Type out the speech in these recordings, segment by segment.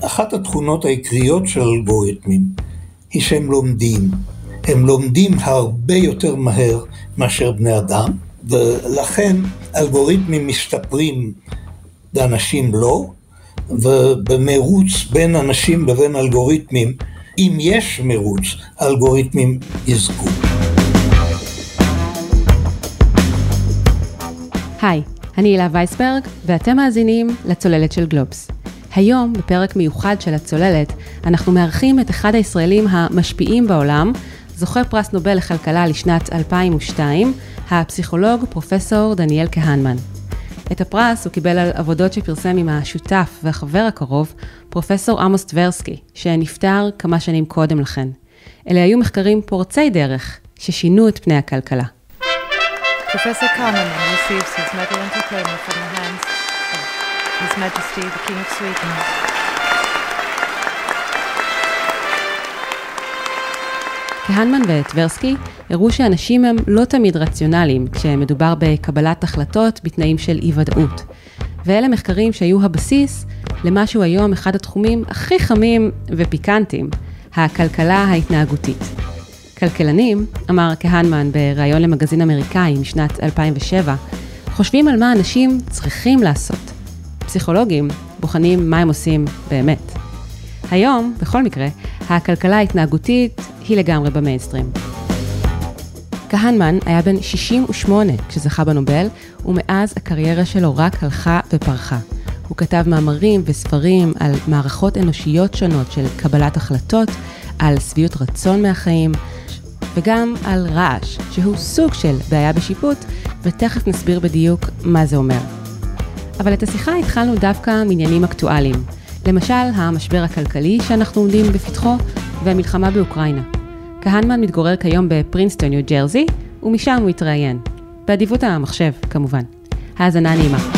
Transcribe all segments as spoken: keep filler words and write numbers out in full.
אחת התכונות העיקריות של אלגוריתמים היא שהם לומדים. הם לומדים הרבה יותר מהר מאשר בני אדם, ולכן אלגוריתמים משתפרים באנשים לא, ובמרוץ בין אנשים לבין אלגוריתמים, אם יש מרוץ, אלגוריתמים יזכו. היי, אני הילה וייסברג, ואתם מאזינים לצוללת של גלובס. היום, בפרק מיוחד של הצוללת, אנחנו מארחים את אחד הישראלים המשפיעים בעולם, זוכה פרס נובל לכלכלה לשנת אלפיים ושתיים, הפסיכולוג פרופסור דניאל כהנמן. את הפרס הוא קיבל על עבודות שפרסם עם השותף והחבר הקרוב, פרופסור עמוס טברסקי, שנפטר כמה שנים קודם לכן. אלה היו מחקרים פורצי דרך, ששינו את פני הכלכלה. Professor Kahneman receives his medal and diploma from the hands of His Majesty the King of Sweden. כהנמן וטברסקי הראו שאנשים הם לא תמיד רציונליים כשמדובר בקבלת החלטות בתנאים של אי-ודאות. ואלה מחקרים שהיו הבסיס למשהו היום אחד התחומים הכי חמים ופיקנטיים, הכלכלה ההתנהגותית. כלכלנים, אמר כהנמן בראיון למגזין אמריקאי משנת אלפיים ושבע, חושבים על מה אנשים צריכים לעשות. פסיכולוגים בוחנים מה הם עושים באמת. היום, בכל מקרה, הכלכלה ההתנהגותית היא לגמרי במיינסטרים. כהנמן היה בן שישים ושמונה כשזכה בנובל, ומאז הקריירה שלו רק הלכה ופרחה. הוא כתב מאמרים וספרים על מערכות אנושיות שונות של קבלת החלטות, על שביעות רצון מהחיים, וגם על רעש, שהוא סוג של בעיה בשיפוט, ותכף נסביר בדיוק מה זה אומר. אבל את השיחה התחלנו דווקא מעניינים אקטואליים. למשל, המשבר הכלכלי שאנחנו עומדים בפתחו, והמלחמה באוקראינה. כהנמן מתגורר כיום בפרינסטון, ניו ג'רזי, ומשם הוא התראיין. באדיבות המחשב, כמובן. האזנה נעימה.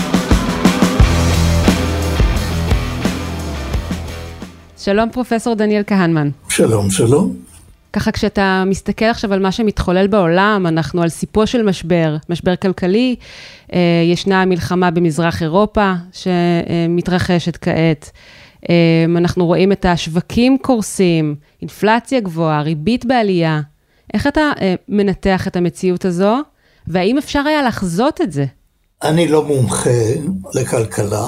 שלום פרופסור דניאל כהנמן. שלום, שלום. ככה כשאתה מסתכל עכשיו על מה שמתחולל בעולם, אנחנו על סיפו של משבר, משבר כלכלי, ישנה מלחמה במזרח אירופה שמתרחשת כעת, אנחנו רואים את השווקים קורסים, אינפלציה גבוהה, ריבית בעלייה. איך אתה מנתח את המציאות הזו, והאם אפשר היה לחזות את זה? אני לא מומחה לכלכלה,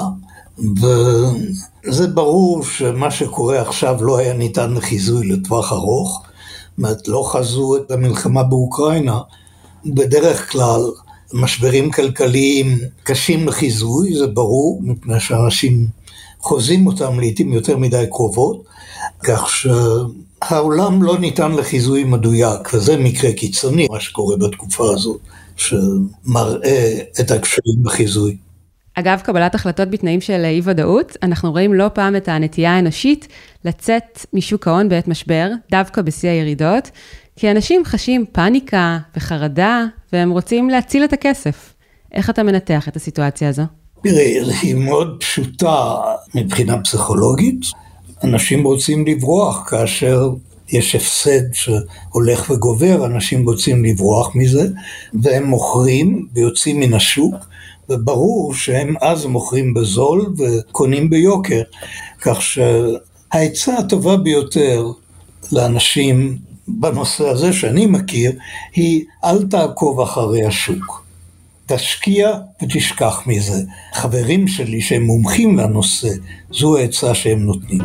וזה ברור שמה שקורה עכשיו לא היה ניתן לחיזוי לטווח ארוך, זאת לא חזו את המלחמה באוקראינה. בדרך כלל משברים כלכליים קשים לחיזוי, זה ברור, מפני שאנשים חוזים אותם לעתים יותר מדי קרובות, כך שהעולם לא ניתן לחיזוי מדויק, וזה מקרה קיצוני, מה שקורה בתקופה הזאת, שמראה את הקשיים בחיזוי. אגב, קבלת החלטות בתנאים של אי-ודאות, אנחנו רואים לא פעם את הנטייה האנושית לצאת משוק ההון בעת משבר, דווקא בשיא הירידות, כי אנשים חשים פאניקה וחרדה, והם רוצים להציל את הכסף. איך אתה מנתח את הסיטואציה הזו? תראי, היא מאוד פשוטה מבחינה פסיכולוגית. אנשים רוצים לברוח כאשר יש הפסד שהולך וגובר, אנשים רוצים לברוח מזה, והם מוכרים ויוצאים מן השוק, וברור שהם אז מוכרים בזול וקונים ביוקר, כך שההצעה הטובה ביותר לאנשים בנושא הזה שאני מכיר, היא אל תעקוב אחרי השוק. תשקיע ותשכח מזה. חברים שלי שהם מומחים לנושא, זו ההצעה שהם נותנים.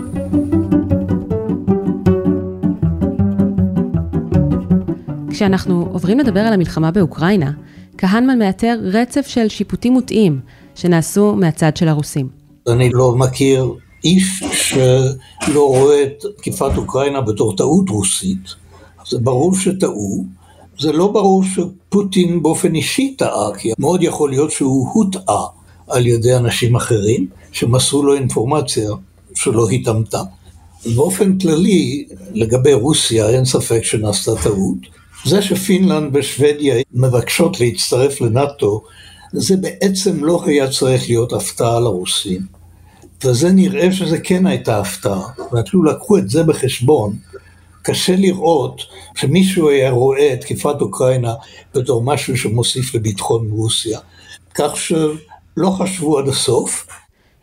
כשאנחנו עוברים לדבר על המלחמה באוקראינה, כהנמן מאתר רצף של שיפוטים מוטעים שנעשו מהצד של הרוסים. אני לא מכיר איש שלא רואה את תקיפת אוקראינה בתור טעות רוסית. זה ברור שטעו, זה לא ברור שפוטין באופן אישי טעה, כי מאוד יכול להיות שהוא הוטעה על ידי אנשים אחרים, שמסרו לו אינפורמציה שלא התאמתה. באופן כללי, לגבי רוסיה, אין ספק שנעשתה טעות. זה שפינלנד ושוודיה מבקשות להצטרף לנאטו, זה בעצם לא היה צריך להיות הפתעה לרוסים. וזה נראה שזה כן הייתה הפתעה, ואפילו לקחו את זה בחשבון. קשה לראות שמישהו היה רואה את תקיפת אוקראינה בתור משהו שמוסיף לביטחון רוסיה, כך שלא חשבו עד הסוף.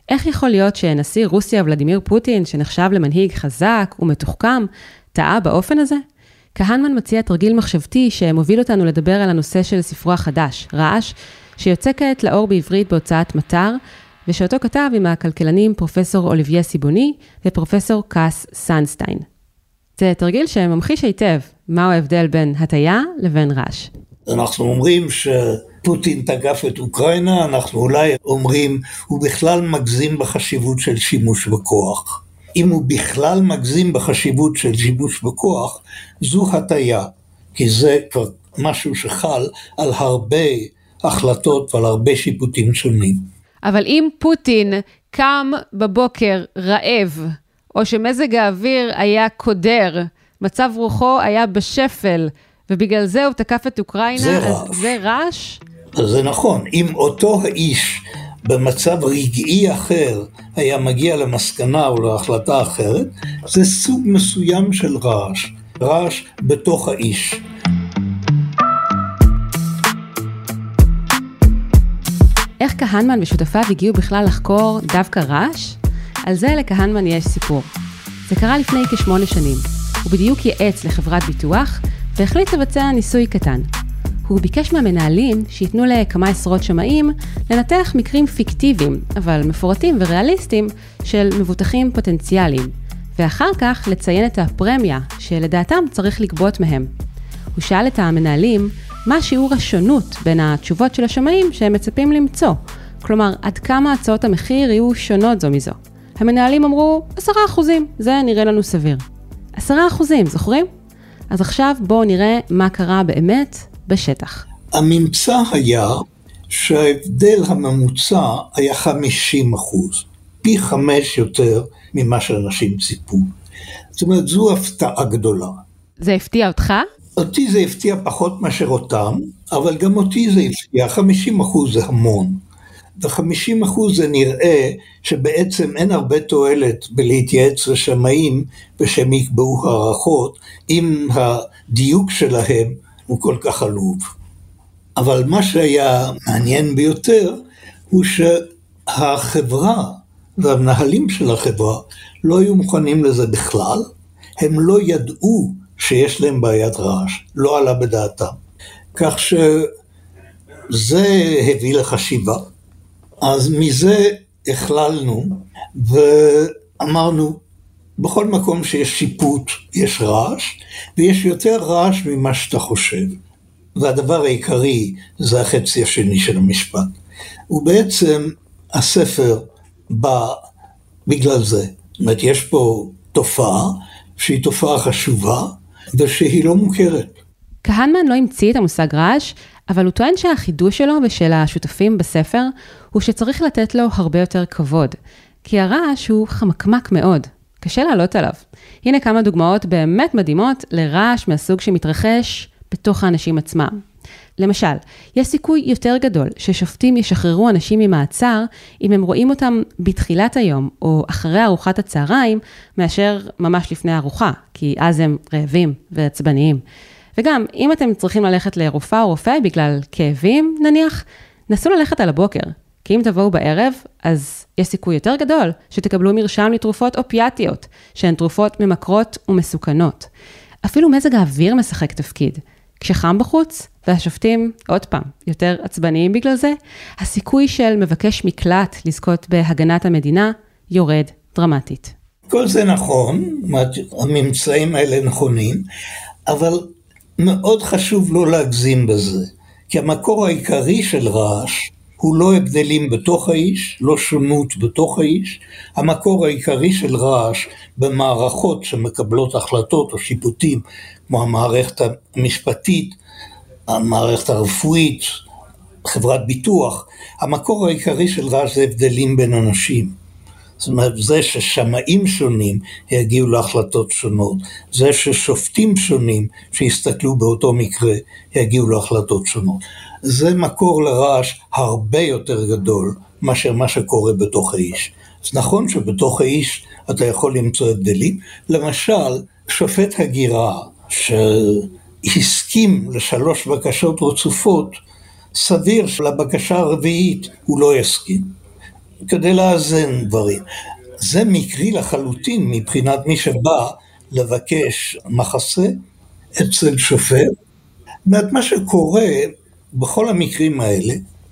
איך יכול להיות שנשיא רוסיה ולדימיר פוטין, שנחשב למנהיג חזק ומתוחכם, טעה באופן הזה? כהנמן מציע תרגיל מחשבתי שמוביל אותנו לדבר על הנושא של ספרו החדש, רעש, שיוצא כעת לאור בעברית בהוצאת מטר, ושאותו כתב עם הכלכלנים פרופסור אוליביה סיבוני ופרופסור קאס סנסטיין. זה תרגיל שממחיש היטב מהו ההבדל בין הטיה לבין רעש. אנחנו אומרים שפוטין תקף את אוקראינה, אנחנו אולי אומרים הוא בכלל מגזים בחשיבות של שימוש בכוח. אם הוא בכלל מגזים בחשיבות של שימוש בכוח, זו הטיה, כי זה כבר משהו שחל על הרבה החלטות ועל הרבה שיפוטים שונים. אבל אם פוטין קם בבוקר רעב, או שמזג האוויר היה קודר, מצב רוחו היה בשפל, ובגלל זה הוא תקף את אוקראינה, זה אז רעש. זה רעש? אז זה נכון, אם אותו האיש במצב רגעי אחר היה מגיע למסקנה או להחלטה אחרת, זה סוג מסוים של רעש, רעש בתוך האיש. איך כהנמן ושותפיו הגיעו בכלל לחקור דווקא רעש? על זה לכהנמן יש סיפור. זה קרה לפני כשמונה שנים. הוא בדיוק ייעץ לחברת ביטוח, והחליט לבצע ניסוי קטן. הוא ביקש מהמנהלים שיתנו לכמה עשרות שמאים לנתח מקרים פיקטיביים, אבל מפורטים וריאליסטיים של מבוטחים פוטנציאליים, ואחר כך לציין את הפרמיה שלדעתם צריך לגבות מהם. הוא שאל את המנהלים מה שיעור השונות בין התשובות של השמאים שהם מצפים למצוא, כלומר עד כמה הצעות המחיר יהיו שונות זו מזו. המנהלים אמרו עשרה אחוזים, זה נראה לנו סביר. עשרה אחוזים, זוכרים? אז עכשיו בואו נראה מה קרה באמת בשטח. הממצא היה שההבדל הממוצע היה חמישים אחוז, פי חמש יותר ממה שאנשים ציפו. זאת אומרת, זו הפתעה גדולה. זה הפתיע אותך? אותי זה הפתיע פחות מאשר אותם, אבל גם אותי זה הפתיע, חמישים אחוז זה המון. ו-חמישים אחוז זה נראה שבעצם אין הרבה תועלת בלהתייעץ לשמאים ושהם יקבעו הערכות, אם הדיוק שלהם הוא כל כך עלוב. אבל מה שהיה מעניין ביותר הוא שהחברה והמנהלים של החברה לא היו מוכנים לזה בכלל, הם לא ידעו שיש להם בעיית רעש, לא עלה בדעתם. כך שזה הביא לחשיבה. אז מזה הכללנו ואמרנו, בכל מקום שיש שיפוט יש רעש, ויש יותר רעש ממה שאתה חושב. והדבר העיקרי זה החצי השני של המשפט. ובעצם הספר בא בגלל זה. זאת אומרת, יש פה תופעה שהיא תופעה חשובה ושהיא לא מוכרת. כהנמן לא המציא את המושג רעש, אבל הוא טוען שהחידוש שלו ושל השותפים בספר הוא שצריך לתת לו הרבה יותר כבוד, כי הרעש הוא חמקמק מאוד, קשה לעלות עליו. הנה כמה דוגמאות באמת מדהימות לרעש מהסוג שמתרחש בתוך האנשים עצמם. למשל, יש סיכוי יותר גדול ששופטים ישחררו אנשים ממעצר אם הם רואים אותם בתחילת היום או אחרי ארוחת הצהריים, מאשר ממש לפני הארוחה, כי אז הם רעבים ועצבניים. וגם, אם אתם צריכים ללכת לרופאה או רופא בגלל כאבים, נניח, נסו ללכת על הבוקר. כי אם תבואו בערב, אז יש סיכוי יותר גדול שתקבלו מרשם לתרופות אופיאטיות, שהן תרופות ממכרות ומסוכנות. אפילו מזג האוויר משחק תפקיד. כשחם בחוץ, והשופטים, עוד פעם, יותר עצבניים בגלל זה, הסיכוי של מבקש מקלט לזכות בהגנת המדינה יורד דרמטית. כל זה נכון, הממצאים האלה נכונים, אבל מאוד חשוב לא להגזים בזה, כי המקור העיקרי של רעש הוא לא הבדלים בתוך האיש, לא שונות בתוך האיש, המקור העיקרי של רעש במערכות שמקבלות החלטות או שיפוטים, כמו המערכת המשפטית, המערכת הרפואית, חברת ביטוח, המקור העיקרי של רעש זה הבדלים בין אנשים. זאת אומרת, זה ששמאים שונים יגיעו להחלטות שונות, זה ששופטים שונים שיסתכלו באותו מקרה יגיעו להחלטות שונות. זה מקור לרעש הרבה יותר גדול מאשר מה שקורה בתוך האיש. אז נכון שבתוך האיש אתה יכול למצוא הבדלים, למשל, שופט הגירה שהסכים לשלוש בקשות רצופות, סביר שלבקשה הרביעית הוא לא יסכים. כדי לאזן דברים. זה מקרי לחלוטין מבחינת מי שבא לבקש מחסה אצל שופט. זאת מה שקורה בכל המקרים האלה,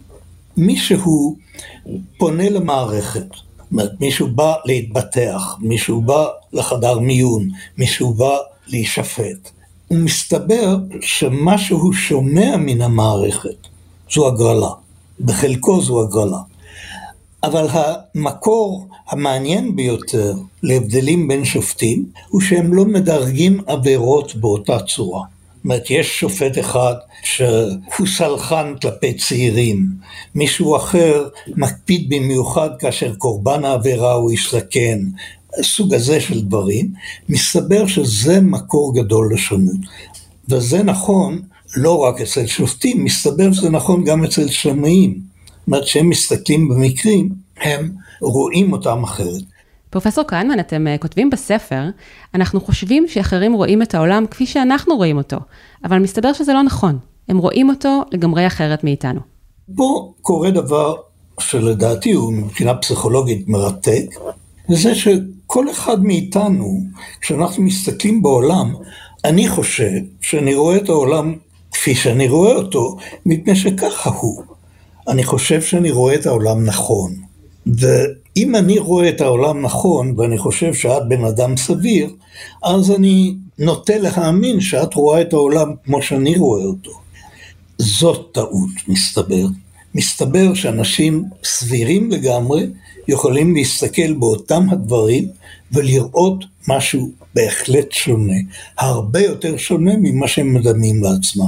מישהו פונה למערכת, מישהו בא להתבטח, מישהו בא לחדר מיון, מישהו בא להישפט. ומסתבר שמה שהוא שומע מן המערכת זו הגרלה, בחלקו זו הגרלה. אבל המקור המעניין ביותר להבדלים בין שופטים הוא שהם לא מדרגים עבירות באותה צורה. זאת אומרת, יש שופט אחד שהוא סלחן כלפי צעירים, מישהו אחר מקפיד במיוחד כאשר קורבן העבירה הוא איש זקן, סוג הזה של דברים. מסתבר שזה מקור גדול לשונות, וזה נכון לא רק אצל שופטים, מסתבר שזה נכון גם אצל שמאים. זאת אומרת, שהם מסתכלים במקרים, הם רואים אותם אחרת. פרופסור כהנמן, אתם כותבים בספר, אנחנו חושבים שאחרים רואים את העולם כפי שאנחנו רואים אותו, אבל מסתבר שזה לא נכון. הם רואים אותו לגמרי אחרת מאיתנו. פה קורה דבר שלדעתי הוא מבחינה פסיכולוגית מרתק, וזה שכל אחד מאיתנו, כשאנחנו מסתכלים בעולם, אני חושב שאני רואה את העולם כפי שאני רואה אותו, מפני שככה הוא. אני חושב שאני רואה את העולם נכון. ואם אני רואה את העולם נכון, ואני חושב שאת בן אדם סביר, אז אני נוטה להאמין שאת רואה את העולם כמו שאני רואה אותו. זאת טעות, מסתבר. מסתבר שאנשים סבירים לגמרי יכולים להסתכל באותם הדברים ולראות משהו בהחלט שונה, הרבה יותר שונה ממה שהם מדמים לעצמם.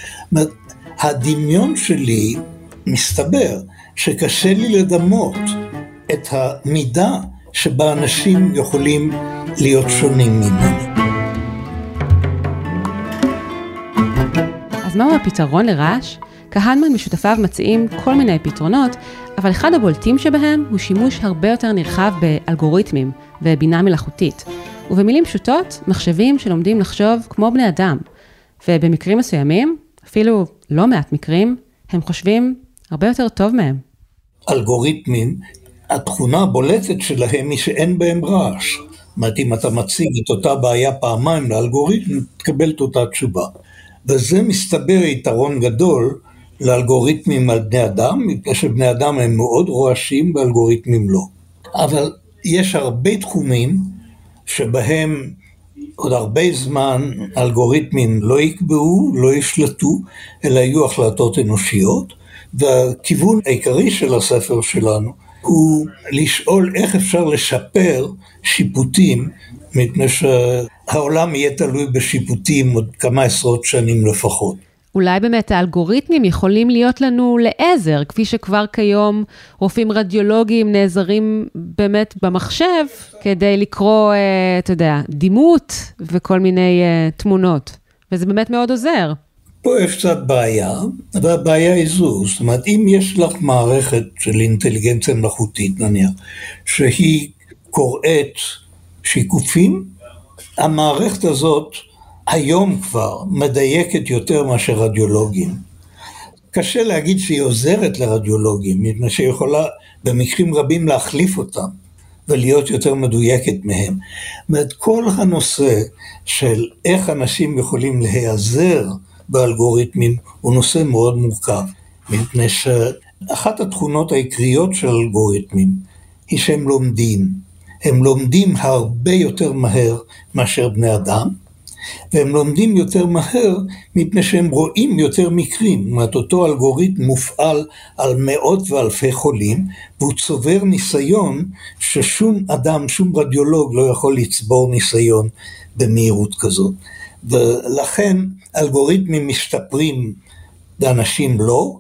הדמיון שלי מסתבר שקשה לי לדמות את המידה שבה אנשים יכולים להיות שונים ממני. אז מהו הפתרון לרעש? כהנמן משותפיו מציעים כל מיני פתרונות, אבל אחד הבולטים שבהם הוא שימוש הרבה יותר נרחב באלגוריתמים ובינה מלאכותית. ובמילים פשוטות, מחשבים שלומדים לחשוב כמו בני אדם. ובמקרים מסוימים, אפילו לא מעט מקרים, הם חושבים הרבה יותר טוב מהם. אלגוריתמים, התכונה הבולטת שלהם היא שאין בהם רעש. זאת אומרת, אם אתה מציג את אותה בעיה פעמיים לאלגוריתם, תקבל את אותה תשובה. וזה מסתבר יתרון גדול לאלגוריתמים על בני אדם, מפני שבני אדם הם מאוד רועשים ואלגוריתמים לא. אבל יש הרבה תחומים שבהם עוד הרבה זמן אלגוריתמים לא יקבעו, לא ישלטו, אלא יהיו החלטות אנושיות, והכיוון העיקרי של הספר שלנו הוא לשאול איך אפשר לשפר שיפוטים, מפני שהעולם יהיה תלוי בשיפוטים עוד כמה עשרות שנים לפחות. אולי באמת האלגוריתמים יכולים להיות לנו לעזר, כפי שכבר כיום רופאים רדיולוגיים נעזרים באמת במחשב, כדי לקרוא, אתה יודע, דימות וכל מיני תמונות, וזה באמת מאוד עוזר. פה יש קצת בעיה, והבעיה היא זו, זאת אומרת, אם יש לך מערכת של אינטליגנציה מלאכותית, נניח, שהיא קוראת שיקופים, המערכת הזאת היום כבר מדייקת יותר מאשר רדיולוגים. קשה להגיד שהיא עוזרת לרדיולוגים, מפני שהיא יכולה במקרים רבים להחליף אותם, ולהיות יותר מדויקת מהם. ואת כל הנושא של איך אנשים יכולים להיעזר באלגוריתמים הוא נושא מאוד מורכב, מפני שאחת התכונות העיקריות של אלגוריתמים היא שהם לומדים. הם לומדים הרבה יותר מהר מאשר בני אדם, והם לומדים יותר מהר מפני שהם רואים יותר מקרים. זאת אומרת, אותו אלגוריתם מופעל על מאות ואלפי חולים, והוא צובר ניסיון ששום אדם, שום רדיולוג לא יכול לצבור ניסיון במהירות כזאת. ולכן אלגוריתמים משתפרים באנשים לא,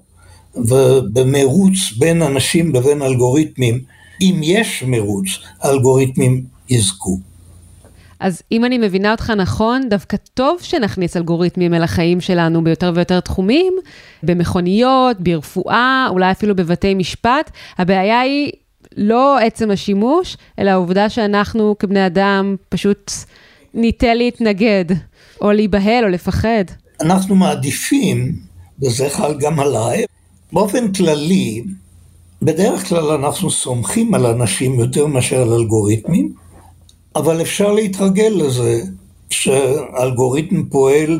ובמרוץ בין אנשים לבין אלגוריתמים, אם יש מרוץ, אלגוריתמים יזכו. אז אם אני מבינה אותך נכון, דווקא טוב שנכניס אלגוריתמים אל החיים שלנו ביותר ויותר תחומים, במכוניות, ברפואה, אולי אפילו בבתי משפט. הבעיה היא לא עצם השימוש, אלא העובדה שאנחנו כבני אדם פשוט ניתן להתנגד, או להיבהל או לפחד. אנחנו מעדיפים, וזה חל גם עליי, באופן כללי, בדרך כלל אנחנו סומכים על אנשים יותר מאשר על אלגוריתמים, אבל אפשר להתרגל לזה שאלגוריתם פועל,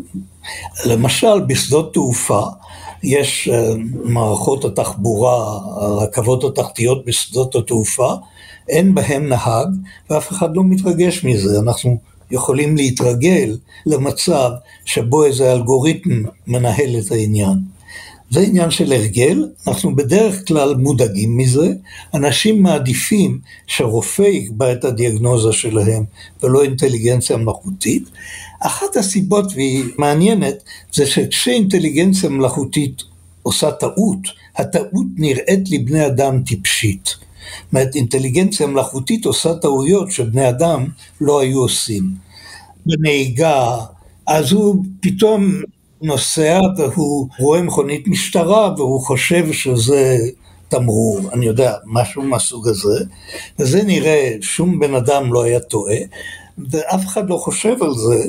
ולמשל בשדות תעופה יש מערכות התחבורה, הרכבות התחתיות בשדות התעופה, אין בהם נהג ואף אחד לא מתרגש מזה. אנחנו יכולים להתרגל למצב שבו איזה אלגוריתם מנהל את העניין. זה עניין של הרגל, אנחנו בדרך כלל מודאגים מזה, אנשים מעדיפים שרופא יקבע את הדיאגנוזה שלהם ולא אינטליגנציה מלאכותית. אחת הסיבות, והיא מעניינת, זה שכשאינטליגנציה מלאכותית עושה טעות, הטעות נראית לבני אדם טיפשית. זאת אומרת, אינטליגנציה מלאכותית עושה טעויות שבני אדם לא היו עושים. בנהיגה, אז הוא פתאום נוסע והוא רואה מכונית משטרה והוא חושב שזה תמרור, אני יודע, משהו מהסוג הזה, וזה נראה שום בן אדם לא היה טועה, ואף אחד לא חושב על זה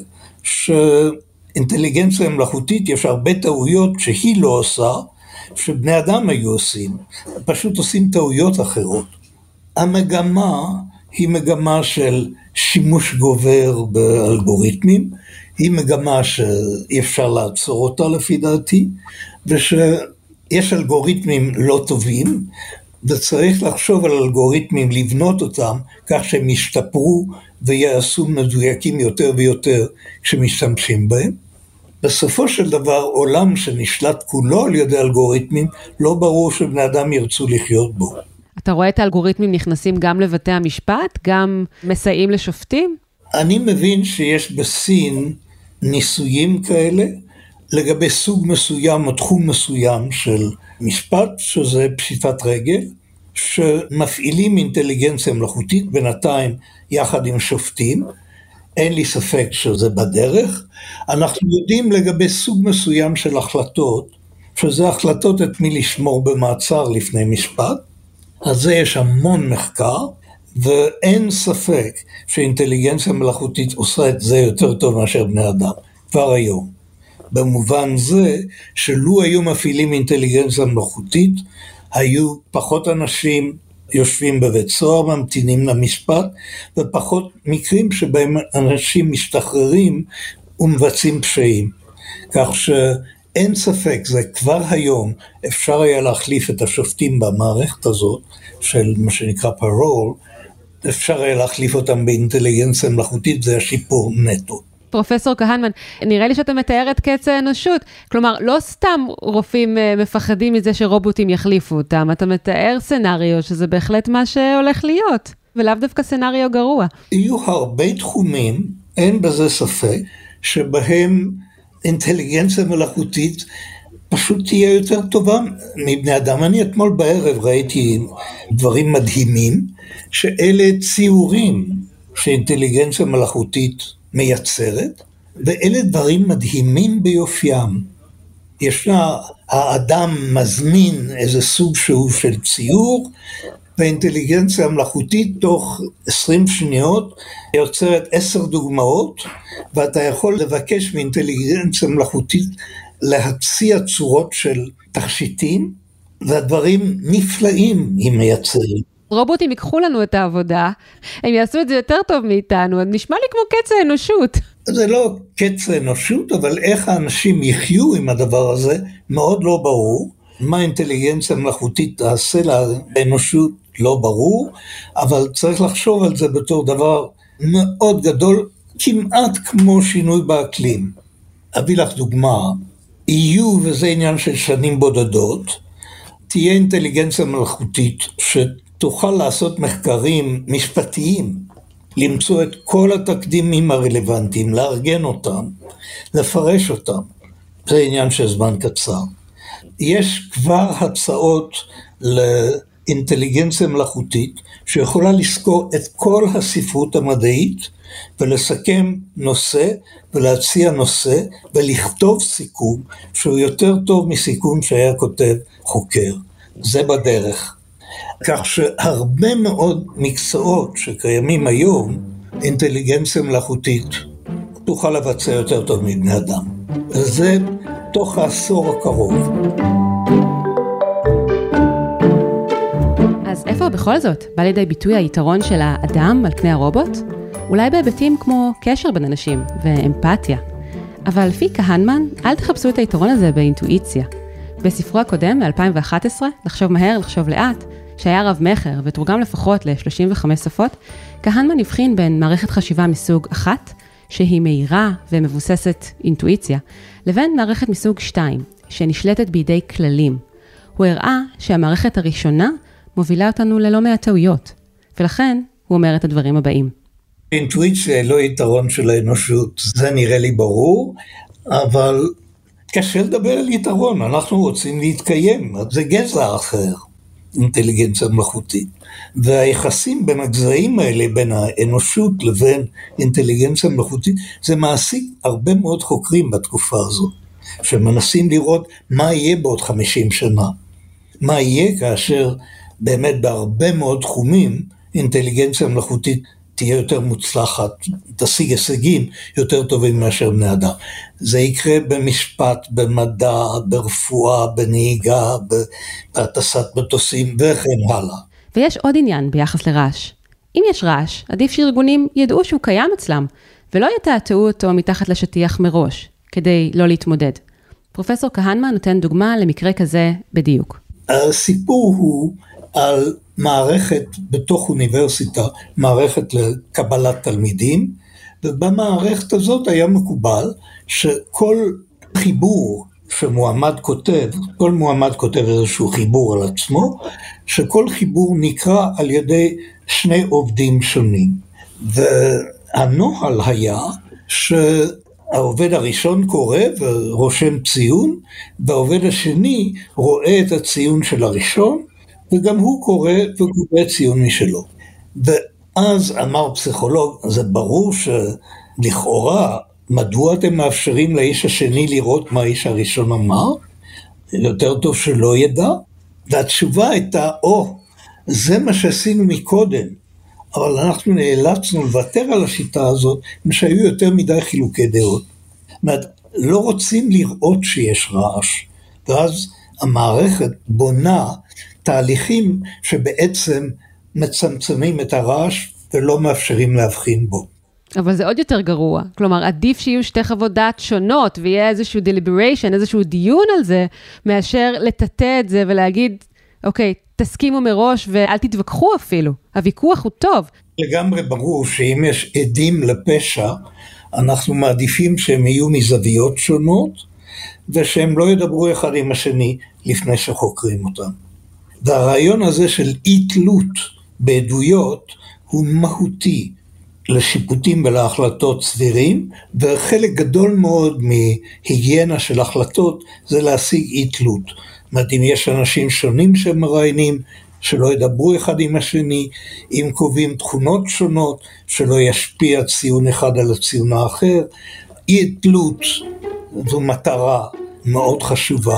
שאינטליגנציה מלאכותית יש הרבה טעויות שהיא לא עושה, שבני אדם היו עושים, פשוט עושים טעויות אחרות. המגמה היא מגמה של שימוש גובר באלגוריתמים, היא מגמה שאי אפשר לעצור אותה לפי דעתי, ושיש אלגוריתמים לא טובים, וצריך לחשוב על אלגוריתמים, לבנות אותם כך שהם ישתפרו ויעשו מדויקים יותר ויותר כשמשתמשים בהם. בסופו של דבר עולם שנשלט כולו על ידי אלגוריתמים, לא ברור שבני אדם ירצו לחיות בו. אתה רואה את האלגוריתמים נכנסים גם לבתי המשפט, גם מסייעים לשופטים? אני מבין שיש בסין ניסויים כאלה, לגבי סוג מסוים או תחום מסוים של משפט, שזה פשיטת רגל, שמפעילים אינטליגנציה מלאכותית בינתיים יחד עם שופטים, אין לי ספק שזה בדרך. אנחנו יודעים לגבי סוג מסוים של החלטות, שזה החלטות את מי לשמור במעצר לפני משפט, אז זה יש המון מחקר, ואין ספק שאינטליגנציה מלאכותית עושה את זה יותר טוב מאשר בני אדם, כבר היום. במובן זה שלו היו מפעילים אינטליגנציה מלאכותית, היו פחות אנשים יושבים בבית סוהר, ממתינים למשפט, ופחות מקרים שבהם אנשים משתחררים ומבצעים פשעים. כך שאין ספק, זה כבר היום אפשר היה להחליף את השופטים במערכת הזאת, של מה שנקרא פרול, אפשר היה להחליף אותם באינטליגנציה מלאכותית, זה השיפור נטו. פרופסור כהנמן, נראה לי שאתה מתאר את קץ האנושות, כלומר, לא סתם רופאים מפחדים מזה שרובוטים יחליפו אותם, אתה מתאר סנריו שזה בהחלט מה שהולך להיות, ולאו דווקא סנריו גרוע. יהיו הרבה תחומים, אין בזה ספק, שבהם אינטליגנציה מלאכותית פשוט תהיה יותר טובה מבני אדם. אני אתמול בערב ראיתי דברים מדהימים, שאלה ציורים שאינטליגנציה מלאכותית מייצרת, ואלה דברים מדהימים ביופיים. ישנה, האדם מזמין איזה סוג שהוא של ציור, והאינטליגנציה המלאכותית תוך עשרים שניות יוצרת עשר דוגמאות, ואתה יכול לבקש מאינטליגנציה מלאכותית להציע צורות של תכשיטים, והדברים נפלאים היא מייצרת. רובוטים ייקחו לנו את העבודה, הם יעשו את זה יותר טוב מאיתנו, נשמע לי כמו קץ האנושות. זה לא קץ האנושות, אבל איך האנשים יחיו עם הדבר הזה, מאוד לא ברור. מה האינטליגנציה המלאכותית תעשה לאנושות, לא ברור, אבל צריך לחשוב על זה בתור דבר מאוד גדול, כמעט כמו שינוי באקלים. אביא לך דוגמה, יהיו, וזה עניין של שנים בודדות, תהיה אינטליגנציה מלאכותית שתוכל לעשות מחקרים משפטיים, למצוא את כל התקדימים הרלוונטיים, לארגן אותם, לפרש אותם. זה עניין של זמן קצר. יש כבר הצעות לאינטליגנציה מלאכותית שיכולה לזכור את כל הספרות המדעית ולסכם נושא ולהציע נושא ולכתוב סיכום שהוא יותר טוב מסיכום שהיה כותב חוקר. זה בדרך. כך שהרבה מאוד מקצועות שקיימים היום, אינטליגנציה מלאכותית תוכל לבצע יותר טוב מבני אדם. זה תוך העשור הקרוב. איפה בכל זאת בא לידי ביטוי היתרון של האדם על פני הרובוט? אולי בהיבטים כמו קשר בין אנשים ואמפתיה. אבל לפי כהנמן, אל תחפשו את היתרון הזה באינטואיציה. בספרו הקודם, מ-אלפיים ואחת עשרה, לחשוב מהר, לחשוב לאט, שהיה רב מחר ותורגם לפחות ל-שלושים וחמש שפות, כהנמן הבחין בין מערכת חשיבה מסוג אחת, שהיא מהירה ומבוססת אינטואיציה, לבין מערכת מסוג שתיים, שנשלטת בידי כללים. הוא הראה שהמערכת הראשונה מובילה אותנו ללא מעט טעויות, ולכן הוא אומר את הדברים הבאים. אינטואיציה לא יתרון של האנושות, זה נראה לי ברור, אבל קשה לדבר על יתרון, אנחנו רוצים להתקיים, זה גזע אחר, אינטליגנציה מלאכותית. והיחסים בין הגזעים האלה, בין האנושות לבין אינטליגנציה מלאכותית, זה מעסיק הרבה מאוד חוקרים בתקופה הזאת, שמנסים לראות מה יהיה בעוד חמישים שנה. מה יהיה כאשר באמת בהרבה מאוד תחומים אינטליגנציה מלאכותית תהיה יותר מוצלחת, תשיג הישגים יותר טובים מאשר בני אדם. זה יקרה במשפט, במדע, ברפואה, בנהיגה, בהטסת מטוסים וכן הלאה. ויש עוד עניין ביחס לרעש. אם יש רעש, עדיף שארגונים ידעו שהוא קיים אצלם, ולא יתעתעו אותו מתחת לשטיח מראש, כדי לא להתמודד. פרופסור כהנמן נותן דוגמה למקרה כזה בדיוק. הסיפור הוא על מערכת בתוך אוניברסיטה, מערכת לקבלת תלמידים, ובמערכת הזאת היה מקובל שכל חיבור שמועמד כותב, כל מועמד כותב איזשהו חיבור על עצמו, שכל חיבור נקרא על ידי שני עובדים שונים. והנוהל היה שהעובד הראשון קורא ורושם ציון, והעובד השני רואה את הציון של הראשון, וגם הוא קורא וקורא ציון משלו. ואז אמר פסיכולוג, זה ברור שלכאורה, מדוע אתם מאפשרים לאיש השני לראות מה האיש הראשון אמר? יותר טוב שלא ידע. והתשובה הייתה, או, זה מה שעשינו מקודם, אבל אנחנו נאלצנו לוותר על השיטה הזאת, שהיו יותר מדי חילוקי דעות. זאת אומרת, לא רוצים לראות שיש רעש, ואז המערכת בונה תהליכים שבעצם מצמצמים את הרעש ולא מאפשרים להבחין בו. אבל זה עוד יותר גרוע. כלומר, עדיף שיהיו שתי חוות דעת שונות, ויהיה איזשהו deliberation, איזשהו דיון על זה, מאשר לטאטא את זה ולהגיד, אוקיי, תסכימו מראש ואל תתווכחו אפילו. הוויכוח הוא טוב. לגמרי ברור שאם יש עדים לפשע, אנחנו מעדיפים שהם יהיו מזוויות שונות, ושהם לא ידברו אחד עם השני לפני שחוקרים אותם. והרעיון הזה של אי תלות בעדויות הוא מהותי לשיפוטים ולהחלטות סבירים, וחלק גדול מאוד מהיגיינה של החלטות זה להשיג אי תלות. זאת אומרת, אם יש אנשים שונים שמראיינים, שלא ידברו אחד עם השני, אם קובעים תכונות שונות, שלא ישפיע ציון אחד על הציון האחר, אי תלות זו מטרה מאוד חשובה.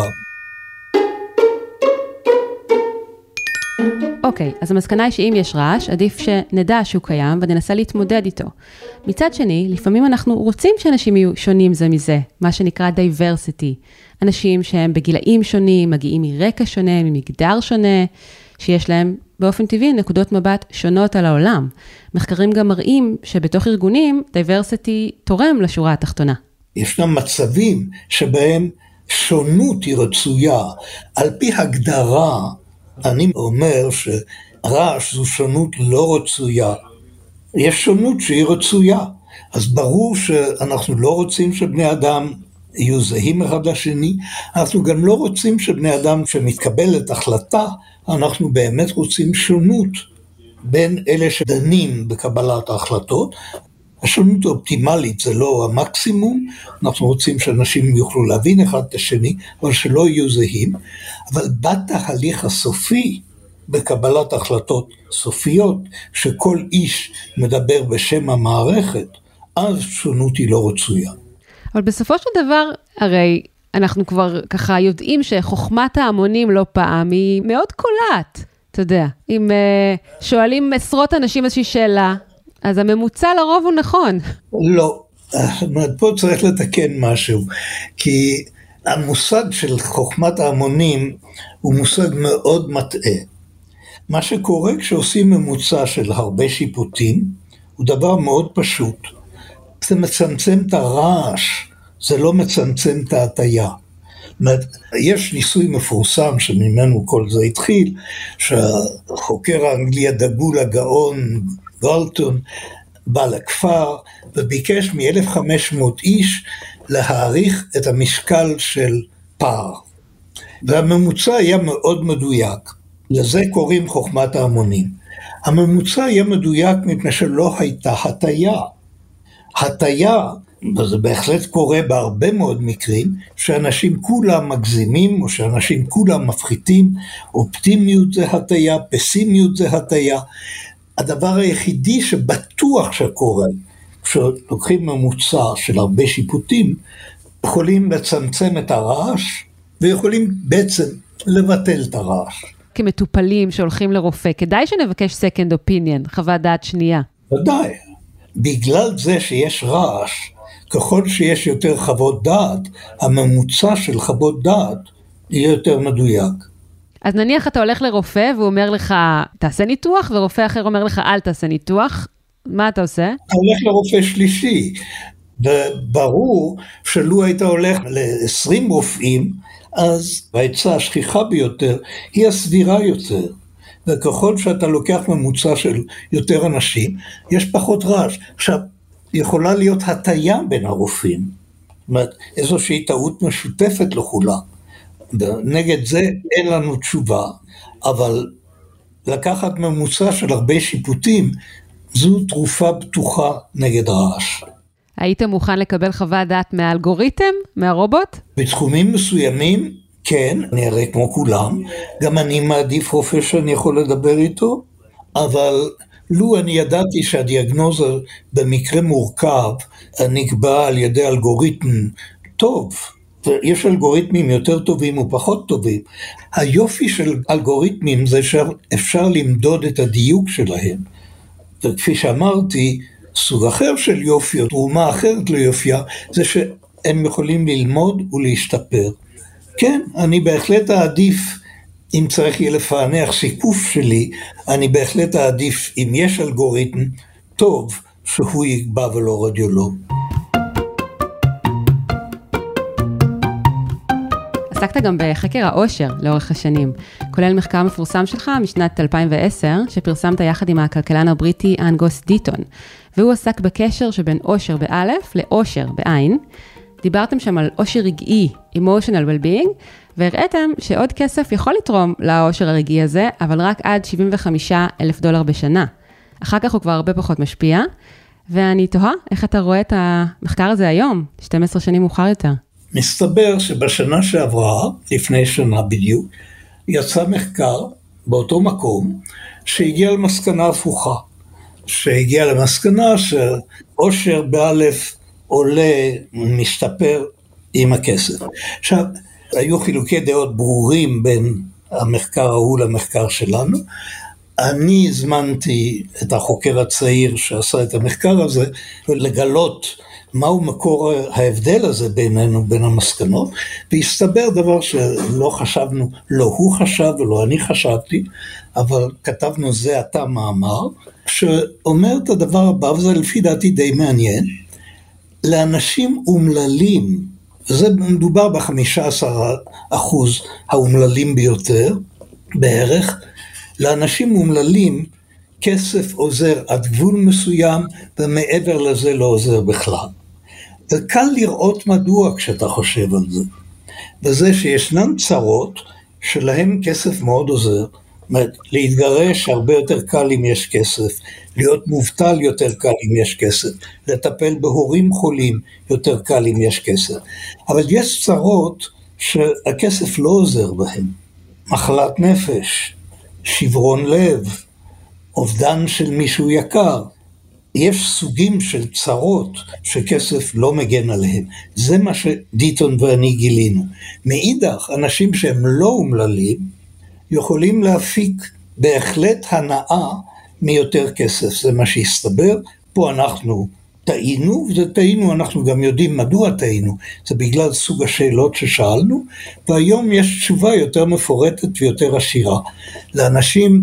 אוקיי, אז המסקנה היא שאם יש רעש, עדיף שנדע שהוא קיים וננסה להתמודד איתו. מצד שני, לפעמים אנחנו רוצים שאנשים יהיו שונים זה מזה, מה שנקרא diversity. אנשים שהם בגילאים שונים, מגיעים מרקע שונה, ממגדר שונה, שיש להם באופן טבעי נקודות מבט שונות על העולם. מחקרים גם מראים שבתוך ארגונים, diversity תורם לשורה התחתונה. ישנם מצבים שבהם שונות היא רצויה, על פי הגדרה, אני אומר שרעש זו שונות לא רצויה. יש שונות שהיא רצויה. אז ברור שאנחנו לא רוצים שבני אדם יהיו זהים אחד לשני. אנחנו גם לא רוצים שבני אדם שמתקבלת החלטה, אנחנו באמת רוצים שונות בין אלה שדנים בקבלת ההחלטות. השונות האופטימלית זה לא המקסימום, אנחנו רוצים שאנשים יוכלו להבין אחד את השני, אבל שלא יהיו זהים, אבל בתהליך הסופי, בקבלת החלטות סופיות, שכל איש מדבר בשם המערכת, אז שונות היא לא רצויה. אבל בסופו של דבר, הרי אנחנו כבר ככה יודעים שחוכמת ההמונים לא פעם, היא מאוד קולעת, אתה יודע, אם uh, שואלים עשרות אנשים איזושהי שאלה, אז הממוצע לרוב הוא נכון. לא, פה צריך לתקן משהו, כי המושג של חוכמת ההמונים הוא מושג מאוד מטעה. מה שקורה כשעושים ממוצע של הרבה שיפוטים, הוא דבר מאוד פשוט. זה מצמצם את הרעש, זה לא מצמצם את ההטיה. יש ניסוי מפורסם שממנו כל זה התחיל, שהחוקר האנגלי הדגול הגאון גולטון בא לכפר וביקש מ-אלף וחמש מאות איש להעריך את המשקל של פער. והממוצע היה מאוד מדויק, לזה קוראים חוכמת ההמונים. הממוצע היה מדויק מפני שלא הייתה הטיה. הטיה, וזה בהחלט קורה בהרבה מאוד מקרים, שאנשים כולם מגזימים, או שאנשים כולם מפחיתים, אופטימיות זה הטיה, פסימיות זה הטיה. הדבר היחידי שבטוח שקורה, כשלוקחים ממוצע של הרבה שיפוטים, יכולים לצמצם את הרעש, ויכולים בעצם לבטל את הרעש. כמטופלים שהולכים לרופא, כדאי שנבקש second opinion, חוות דעת שנייה. ודאי. בגלל זה שיש רעש, ככל שיש יותר חוות דעת, הממוצע של חוות דעת יהיה יותר מדויק. אז נניח אתה הולך לרופא והוא אומר לך, תעשה ניתוח, ורופא אחר אומר לך, אל תעשה ניתוח. מה אתה עושה? אתה הולך לרופא שלישי. וברור שלו היית הולך ל-עשרים רופאים, אז העצה השכיחה ביותר היא הסבירה יותר. וככל שאתה לוקח ממוצע של יותר אנשים, יש פחות רעש. עכשיו, יכולה להיות הטיה בין הרופאים. זאת אומרת, איזושהי טעות משותפת לכולם. נגד זה אין לנו תשובה, אבל לקחת ממוצע של הרבה שיפוטים, זו תרופה בטוחה נגד רעש. היית מוכן לקבל חוות דעת מהאלגוריתם, מהרובוט? בתחומים מסוימים, כן, אני הרי כמו כולם, גם אני מעדיף רופא שאני יכול לדבר איתו, אבל לו אני ידעתי שהדיאגנוזה במקרה מורכב נקבע על ידי אלגוריתם טוב, יש אלגוריתמים יותר טובים ופחות טובים. היופי של אלגוריתמים זה שאפשר למדוד את הדיוק שלהם. וכפי שאמרתי, סוג אחר של יופי או תרומה אחרת ליופייה, זה שהם יכולים ללמוד ולהשתפר. כן, אני בהחלט אעדיף, אם צריך יהיה לפענח שיקוף שלי, אני בהחלט אעדיף, אם יש אלגוריתם טוב, שהוא יקבע ולא רדיולוג. עסקת גם בחקר העושר לאורך השנים, כולל מחקר מפורסם שלך משנת אלפיים ועשר, שפרסמת יחד עם הכלכלן הבריטי אנגוס דיטון, והוא עסק בקשר שבין עושר באלף לעושר בעין. דיברתם שם על עושר רגעי, emotional well-being, והראיתם שעוד כסף יכול לתרום לעושר הרגעי הזה, אבל רק עד שבעים וחמישה אלף דולר בשנה. אחר כך הוא כבר הרבה פחות משפיע, ואני תוהה איך אתה רואה את המחקר הזה היום, שתים עשרה שנים מאוחר יותר. מסתבר שבשנה שעברה, לפני שנה בדיוק, יצא מחקר באותו מקום שהגיע למסקנה הפוכה, שהגיע למסקנה שעושר באלף עולה, משתפר עם הכסף. עכשיו, היו חילוקי דעות ברורים בין המחקר ההוא למחקר שלנו. אני הזמנתי את החוקר הצעיר שעשה את המחקר הזה, לגלות מהו מקור ההבדל הזה בינינו, בין המסקנות, והסתבר דבר שלא חשבנו, לא הוא חשב ולא אני חשבתי, אבל כתבנו זה עתה מאמר, שאומר את הדבר הבא, וזה לפי דעתי די מעניין, לאנשים אומללים, וזה מדובר ב-חמישה עשר אחוז האומללים ביותר, בערך, לאנשים אומללים, כסף עוזר עד גבול מסוים, ומעבר לזה לא עוזר בכלל. וקל לראות מדוע כשאתה חושב על זה. וזה שישנן צרות שלהם כסף מאוד עוזר. להתגרש הרבה יותר קל אם יש כסף, להיות מובטל יותר קל אם יש כסף, לטפל בהורים חולים יותר קל אם יש כסף. אבל יש צרות שהכסף לא עוזר בהם. מחלת נפש, שברון לב, אובדן של מישהו יקר. יש סוגים של צרות שכסף לא מגן עליהם. זה מה שדיטון ואני גילינו. מאידך, אנשים שהם לא אומללים, יכולים להפיק בהחלט הנאה מיותר כסף. זה מה שהסתבר. פה אנחנו טעינו, וזה טעינו, אנחנו גם יודעים מדוע טעינו. זה בגלל סוג השאלות ששאלנו, והיום יש תשובה יותר מפורטת ויותר עשירה. לאנשים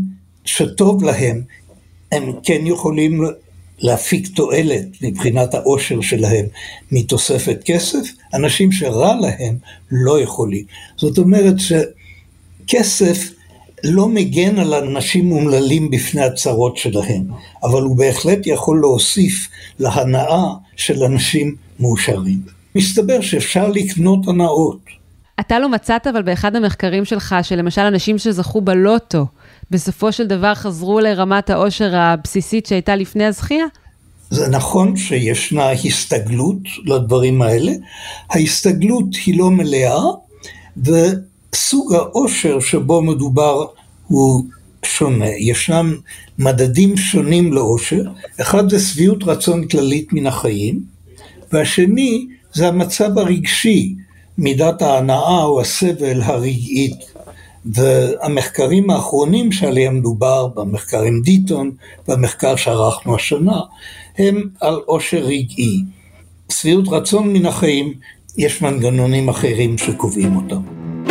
שטוב להם, הם כן יכולים להפיק תועלת מבחינת העושר שלהם מתוספת כסף, אנשים שרע להם לא יכולים. זאת אומרת שכסף לא מגן על אנשים מומללים בפני הצרות שלהם, אבל הוא בהחלט יכול להוסיף להנאה של אנשים מאושרים. מסתבר שאפשר לקנות הנאות. אתה לא מצאת אבל באחד המחקרים שלך, שלמשל אנשים שזכו בלוטו, בסופו של דבר חזרו לרמת העושר הבסיסית שהייתה לפני הזכייה? זה נכון שישנה הסתגלות לדברים האלה, ההסתגלות היא לא מלאה, וסוג העושר שבו מדובר הוא שונה. ישנם מדדים שונים לעושר, אחד זה שביעות רצון כללית מן החיים, והשני זה המצב הרגשי, מידת ההנאה או הסבל הרגעית. והמחקרים האחרונים שעליהם מדובר, במחקרים דיטון, במחקר שערכנו השנה, הם על עושר רגעי. שביעות רצון מן החיים, יש מנגנונים אחרים שקובעים אותם.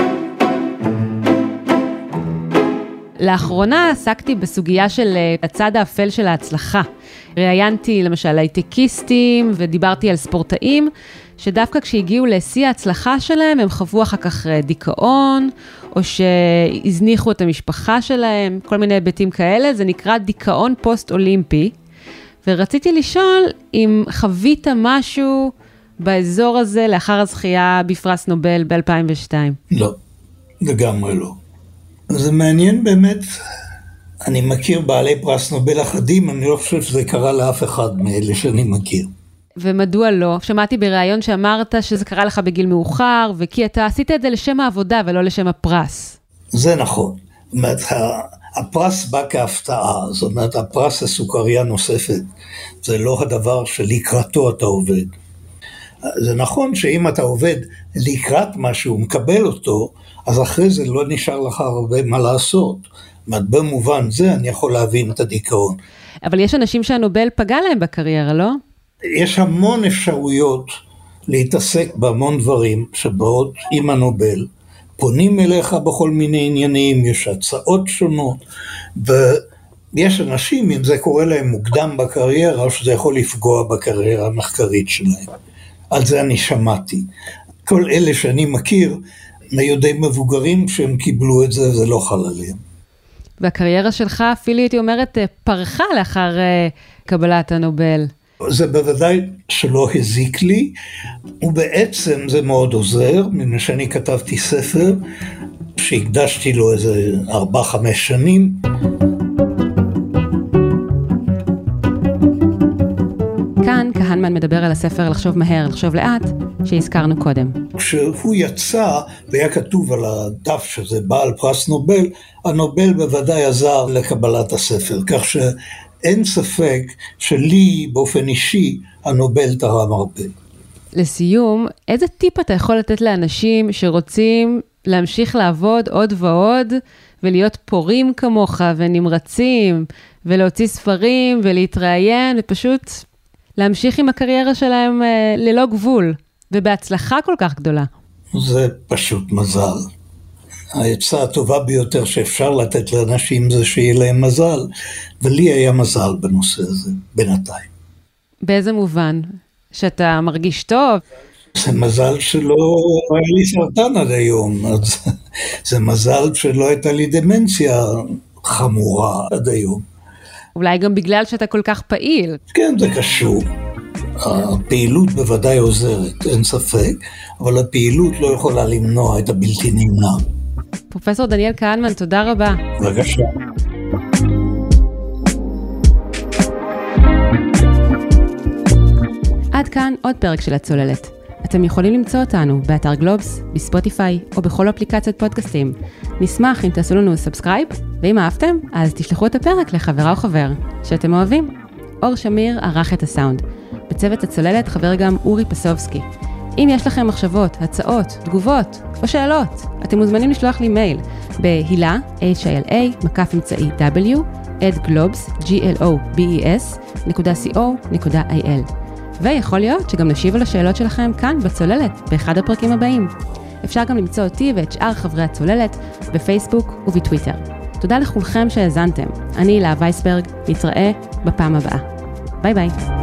לאחרונה עסקתי בסוגיה של הצד האפל של ההצלחה. ראיינתי למשל הייטקיסטים ודיברתי על ספורטאים, שדווקא כשהגיעו לשיא ההצלחה שלהם, הם חוו אחר כך דיכאון, או שהזניחו את המשפחה שלהם, כל מיני היבטים כאלה, זה נקרא דיכאון פוסט-אולימפי, ורציתי לשאול אם חווית משהו באזור הזה לאחר הזכייה בפרס נובל ב-אלפיים ושתיים. לא, לגמרי לא. זה מעניין באמת, אני מכיר בעלי פרס נובל אחדים, אני לא חושב שזה קרה לאף אחד מאלה שאני מכיר. ומדוע לא? שמעתי בראיון שאמרת שזה קרה לך בגיל מאוחר, וכי אתה עשית את זה לשם העבודה ולא לשם הפרס. זה נכון. זאת אומרת, הפרס בא כהפתעה, זאת אומרת, הפרס הסוכריה נוספת, זה לא הדבר שלקראתו אתה עובד. זה נכון שאם אתה עובד לקראת משהו, מקבל אותו, אז אחרי זה לא נשאר לך הרבה מה לעשות. זאת אומרת, במובן זה אני יכול להבין את הדיכאון. אבל יש אנשים שהנובל פגע להם בקריירה, לא? יש המון אפשרויות להתעסק בהמון דברים שבאות עם הנובל, פונים אליך בכל מיני עניינים, יש הצעות שונות, ויש אנשים, אם זה קורה להם מוקדם בקריירה, שזה יכול לפגוע בקריירה המחקרית שלהם. על זה אני שמעתי. כל אלה שאני מכיר, היו די מבוגרים שהם קיבלו את זה, זה לא חל עליהם. והקריירה שלך, אפילו הייתי אומרת, פרחה לאחר קבלת הנובל. זה בוודאי שלא הזיק לי, ובעצם זה מאוד עוזר, מפני שאני כתבתי ספר, שהקדשתי לו איזה ארבע, חמש שנים. כאן כהנמן מדבר על הספר לחשוב מהר, לחשוב לאט, שהזכרנו קודם. כשהוא יצא והיה כתוב על הדף שזה בעל פרס נובל, הנובל בוודאי עזר לקבלת הספר, כך שאין ספק שלי באופן אישי הנובל תרם הרבה. לסיום, איזה טיפ אתה יכול לתת לאנשים שרוצים להמשיך לעבוד עוד ועוד, ולהיות פורים כמוך ונמרצים, ולהוציא ספרים ולהתראיין, ופשוט להמשיך עם הקריירה שלהם ללא גבול, ובהצלחה כל כך גדולה? זה פשוט מזל. העצה הטובה ביותר שאפשר לתת לאנשים זה שיהיה להם מזל, ולי היה מזל בנושא הזה, בינתיים. באיזה מובן? שאתה מרגיש טוב? זה מזל שלא היה לי סרטן עד היום, אז זה מזל שלא הייתה לי דמנציה חמורה עד היום. אולי גם בגלל שאתה כל כך פעיל. כן, זה קשור. הפעילות בוודאי עוזרת, אין ספק, אבל הפעילות לא יכולה למנוע את הבלתי נמנע. פרופסור דניאל כהנמן, תודה רבה. בבקשה. עד כאן עוד פרק של הצוללת. אתם יכולים למצוא אותנו באתר גלובס, בספוטיפיי או בכל אפליקציית פודקאסטים. נשמח אם תעשו לנו סאבסקרייב, ואם אהבתם, אז תשלחו את הפרק לחברה או חבר שאתם אוהבים. אור שמיר ערך את הסאונד. בצוות הצוללת חבר גם אורי פסובסקי. אם יש לכם מחשבות, הצעות, תגובות או שאלות, אתם מוזמנים לשלוח לי מייל בהילה, H-I-L-A, מקף אמצעי W, at globes, G-L-O-B-E-S, נקודה co, נקודה I-L. ויכול להיות שגם נשיב על השאלות שלכם כאן בצוללת, באחד הפרקים הבאים. אפשר גם למצוא אותי ואת שאר חברי הצוללת בפייסבוק ובטוויטר. תודה לכולכם שהאזנתם. אני הילה וייסברג, נתראה בפעם הבאה. ביי ביי.